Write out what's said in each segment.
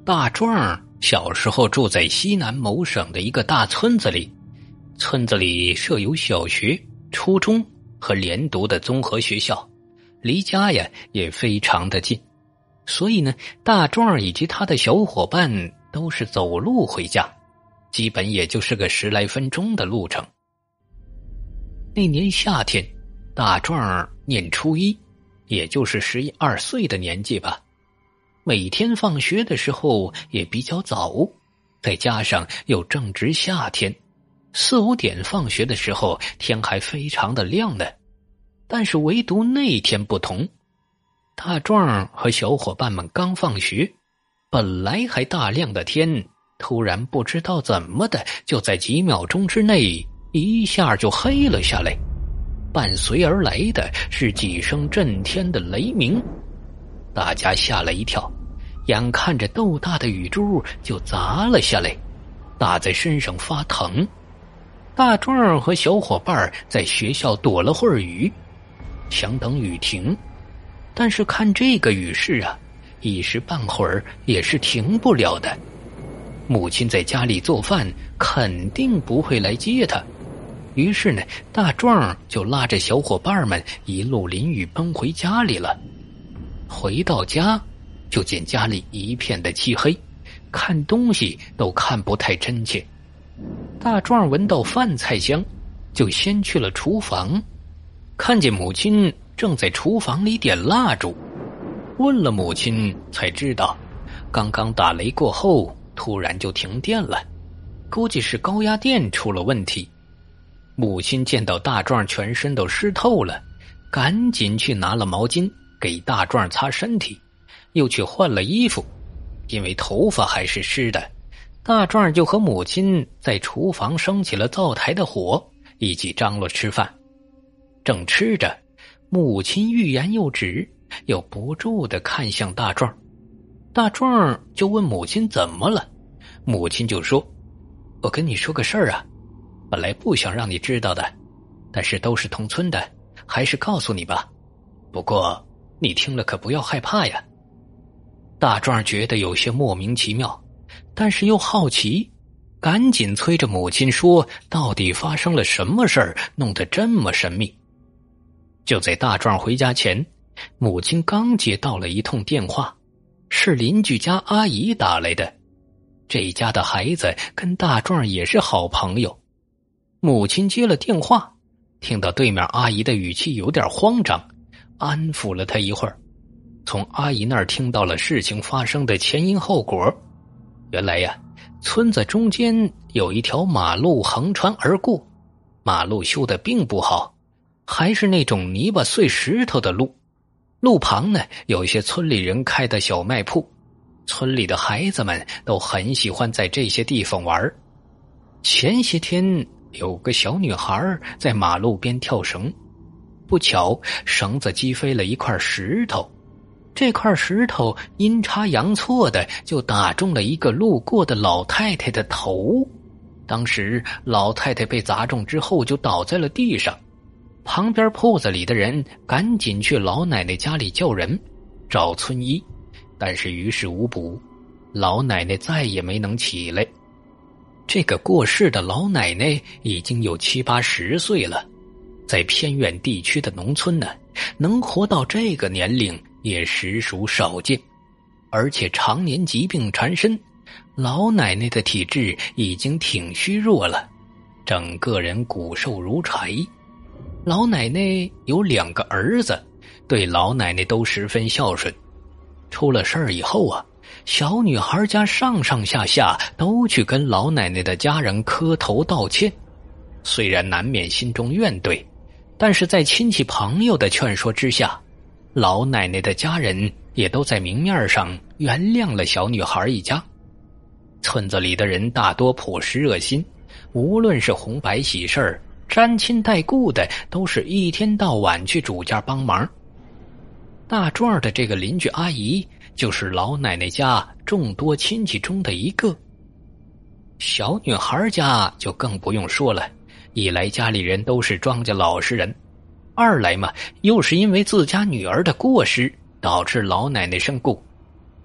大壮小时候住在西南某省的一个大村子里，村子里设有小学、初中和连读的综合学校，离家呀也非常的近，所以呢，大壮以及他的小伙伴都是走路回家，基本也就是个10来分钟的路程。那年夏天，大壮念初一，也就是11、12岁的年纪吧。每天放学的时候也比较早，再加上又正值夏天，4、5点放学的时候天还非常的亮呢。但是唯独那天不同，大壮和小伙伴们刚放学，本来还大亮的天，突然不知道怎么的，就在几秒钟之内一下就黑了下来，伴随而来的是几声震天的雷鸣。大家吓了一跳，眼看着豆大的雨珠就砸了下来，打在身上发疼。大壮和小伙伴在学校躲了会儿雨，想等雨停，但是看这个雨势啊，一时半会儿也是停不了的。母亲在家里做饭，肯定不会来接他。于是呢，大壮就拉着小伙伴们一路淋雨奔回家里了。回到家，就见家里一片的漆黑，看东西都看不太真切。大壮闻到饭菜香，就先去了厨房，看见母亲正在厨房里点蜡烛，问了母亲才知道，刚刚打雷过后突然就停电了，估计是高压电出了问题。母亲见到大壮全身都湿透了，赶紧去拿了毛巾给大壮擦身体，又去换了衣服，因为头发还是湿的。大壮就和母亲在厨房升起了灶台的火，一起张罗吃饭。正吃着，母亲欲言又止，又不住地看向大壮。大壮就问母亲怎么了，母亲就说：我跟你说个事儿啊，本来不想让你知道的，但是都是同村的，还是告诉你吧，不过你听了可不要害怕呀。大壮觉得有些莫名其妙，但是又好奇，赶紧催着母亲说到底发生了什么事儿，弄得这么神秘。就在大壮回家前，母亲刚接到了一通电话，是邻居家阿姨打来的。这家的孩子跟大壮也是好朋友。母亲接了电话，听到对面阿姨的语气有点慌张，安抚了她一会儿，从阿姨那儿听到了事情发生的前因后果。原来呀，村子中间有一条马路横穿而过，马路修得并不好，还是那种泥巴碎石头的路。路旁呢，有一些村里人开的小卖铺，村里的孩子们都很喜欢在这些地方玩。前些天有个小女孩在马路边跳绳，不巧绳子击飞了一块石头，这块石头阴差阳错的就打中了一个路过的老太太的头。当时老太太被砸中之后就倒在了地上，旁边铺子里的人赶紧去老奶奶家里叫人找村医，但是于事无补，老奶奶再也没能起来。这个过世的老奶奶已经有70、80岁了，在偏远地区的农村呢，能活到这个年龄也实属少见，而且常年疾病缠身，老奶奶的体质已经挺虚弱了，整个人骨瘦如柴。老奶奶有2个儿子，对老奶奶都十分孝顺。出了事儿以后啊，小女孩家上上下下都去跟老奶奶的家人磕头道歉。虽然难免心中怨怼，但是在亲戚朋友的劝说之下，老奶奶的家人也都在明面上原谅了小女孩一家。村子里的人大多朴实热心，无论是红白喜事儿，沾亲带故的，都是一天到晚去主家帮忙。大壮的这个邻居阿姨就是老奶奶家众多亲戚中的一个。小女孩家就更不用说了，一来家里人都是庄稼老实人，二来嘛，又是因为自家女儿的过失导致老奶奶身故，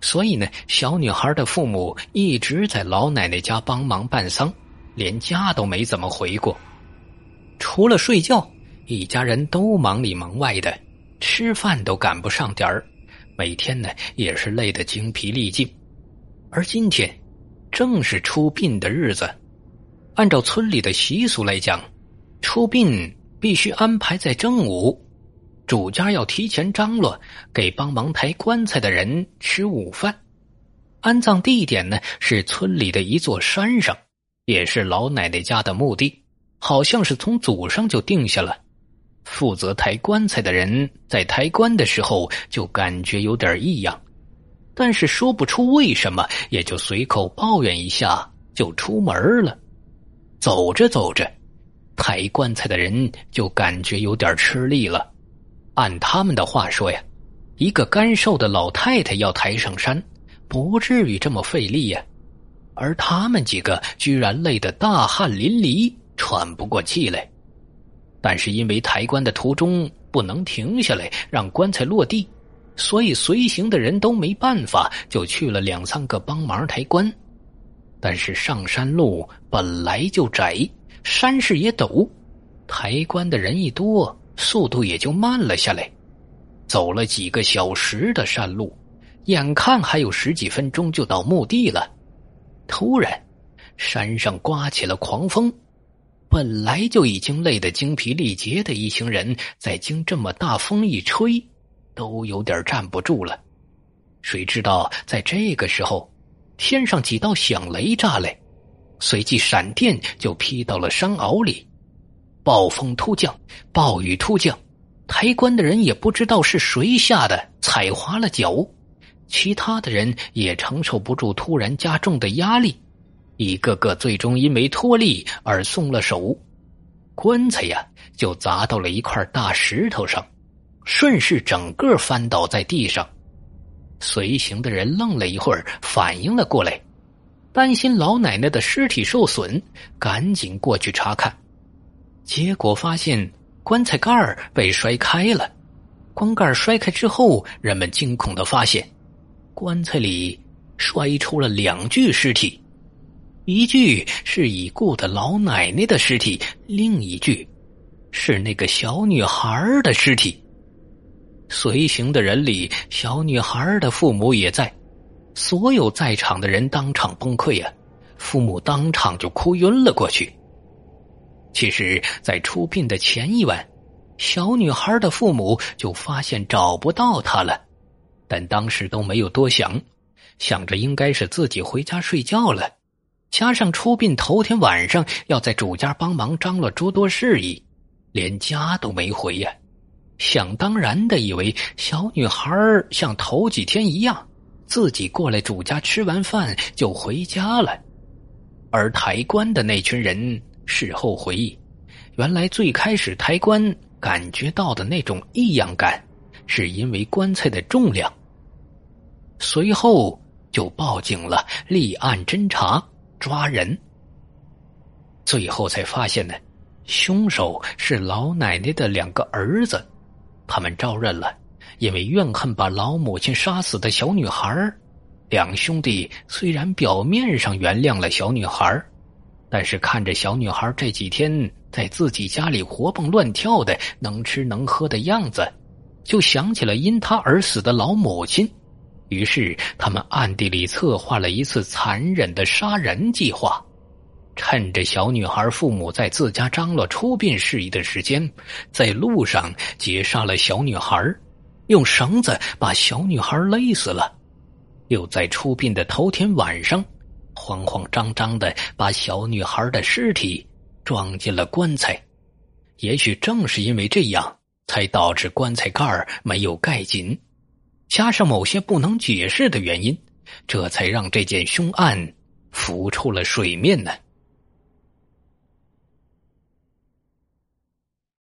所以呢，小女孩的父母一直在老奶奶家帮忙办丧，连家都没怎么回过。除了睡觉，一家人都忙里忙外的，吃饭都赶不上点儿，每天呢也是累得精疲力尽。而今天正是出殡的日子，按照村里的习俗来讲，出殡必须安排在正午，主家要提前张罗，给帮忙抬棺材的人吃午饭。安葬地点呢是村里的一座山上，也是老奶奶家的墓地，好像是从祖上就定下了。负责抬棺材的人在抬棺的时候就感觉有点异样，但是说不出为什么，也就随口抱怨一下就出门了。走着走着，抬棺材的人就感觉有点吃力了。按他们的话说呀，一个干瘦的老太太要抬上山，不至于这么费力呀。而他们几个居然累得大汗淋漓，喘不过气来。但是因为抬棺的途中不能停下来让棺材落地，所以随行的人都没办法，就去了2-3个帮忙抬棺。但是上山路本来就窄，山势也陡，抬棺的人一多，速度也就慢了下来。走了几个小时的山路，眼看还有10几分钟就到墓地了。突然山上刮起了狂风，本来就已经累得精疲力竭的一行人，在经这么大风一吹，都有点站不住了。谁知道在这个时候，天上几道响雷炸来，随即闪电就劈到了山坳里。暴风突降，暴雨突降，抬棺的人也不知道是谁吓得踩滑了脚，其他的人也承受不住突然加重的压力，一个个最终因为脱力而松了手，棺材呀就砸到了一块大石头上，顺势整个翻倒在地上。随行的人愣了一会儿，反应了过来，担心老奶奶的尸体受损，赶紧过去查看。结果发现棺材盖被摔开了，棺盖摔开之后，人们惊恐地发现棺材里摔出了2具尸体，一具是已故的老奶奶的尸体，另一具是那个小女孩的尸体。随行的人里，小女孩的父母也在，所有在场的人当场崩溃啊，父母当场就哭晕了过去。其实在出殡的前一晚，小女孩的父母就发现找不到她了，但当时都没有多想，想着应该是自己回家睡觉了，加上出殡头天晚上要在主家帮忙张罗诸多事宜，连家都没回呀。想当然的以为小女孩像头几天一样，自己过来主家吃完饭就回家了。而抬棺的那群人事后回忆，原来最开始抬棺感觉到的那种异样感，是因为棺材的重量。随后就报警了，立案侦查抓人。最后才发现呢，凶手是老奶奶的2个儿子，他们招认了，因为怨恨把老母亲杀死的小女孩。2兄弟虽然表面上原谅了小女孩，但是看着小女孩这几天在自己家里活蹦乱跳的，能吃能喝的样子，就想起了因她而死的老母亲，于是他们暗地里策划了一次残忍的杀人计划。趁着小女孩父母在自家张罗出殡事宜的时间，在路上劫杀了小女孩，用绳子把小女孩勒死了，又在出殡的头天晚上慌慌张张地把小女孩的尸体装进了棺材。也许正是因为这样，才导致棺材盖没有盖紧，加上某些不能解释的原因，这才让这件凶案浮出了水面呢。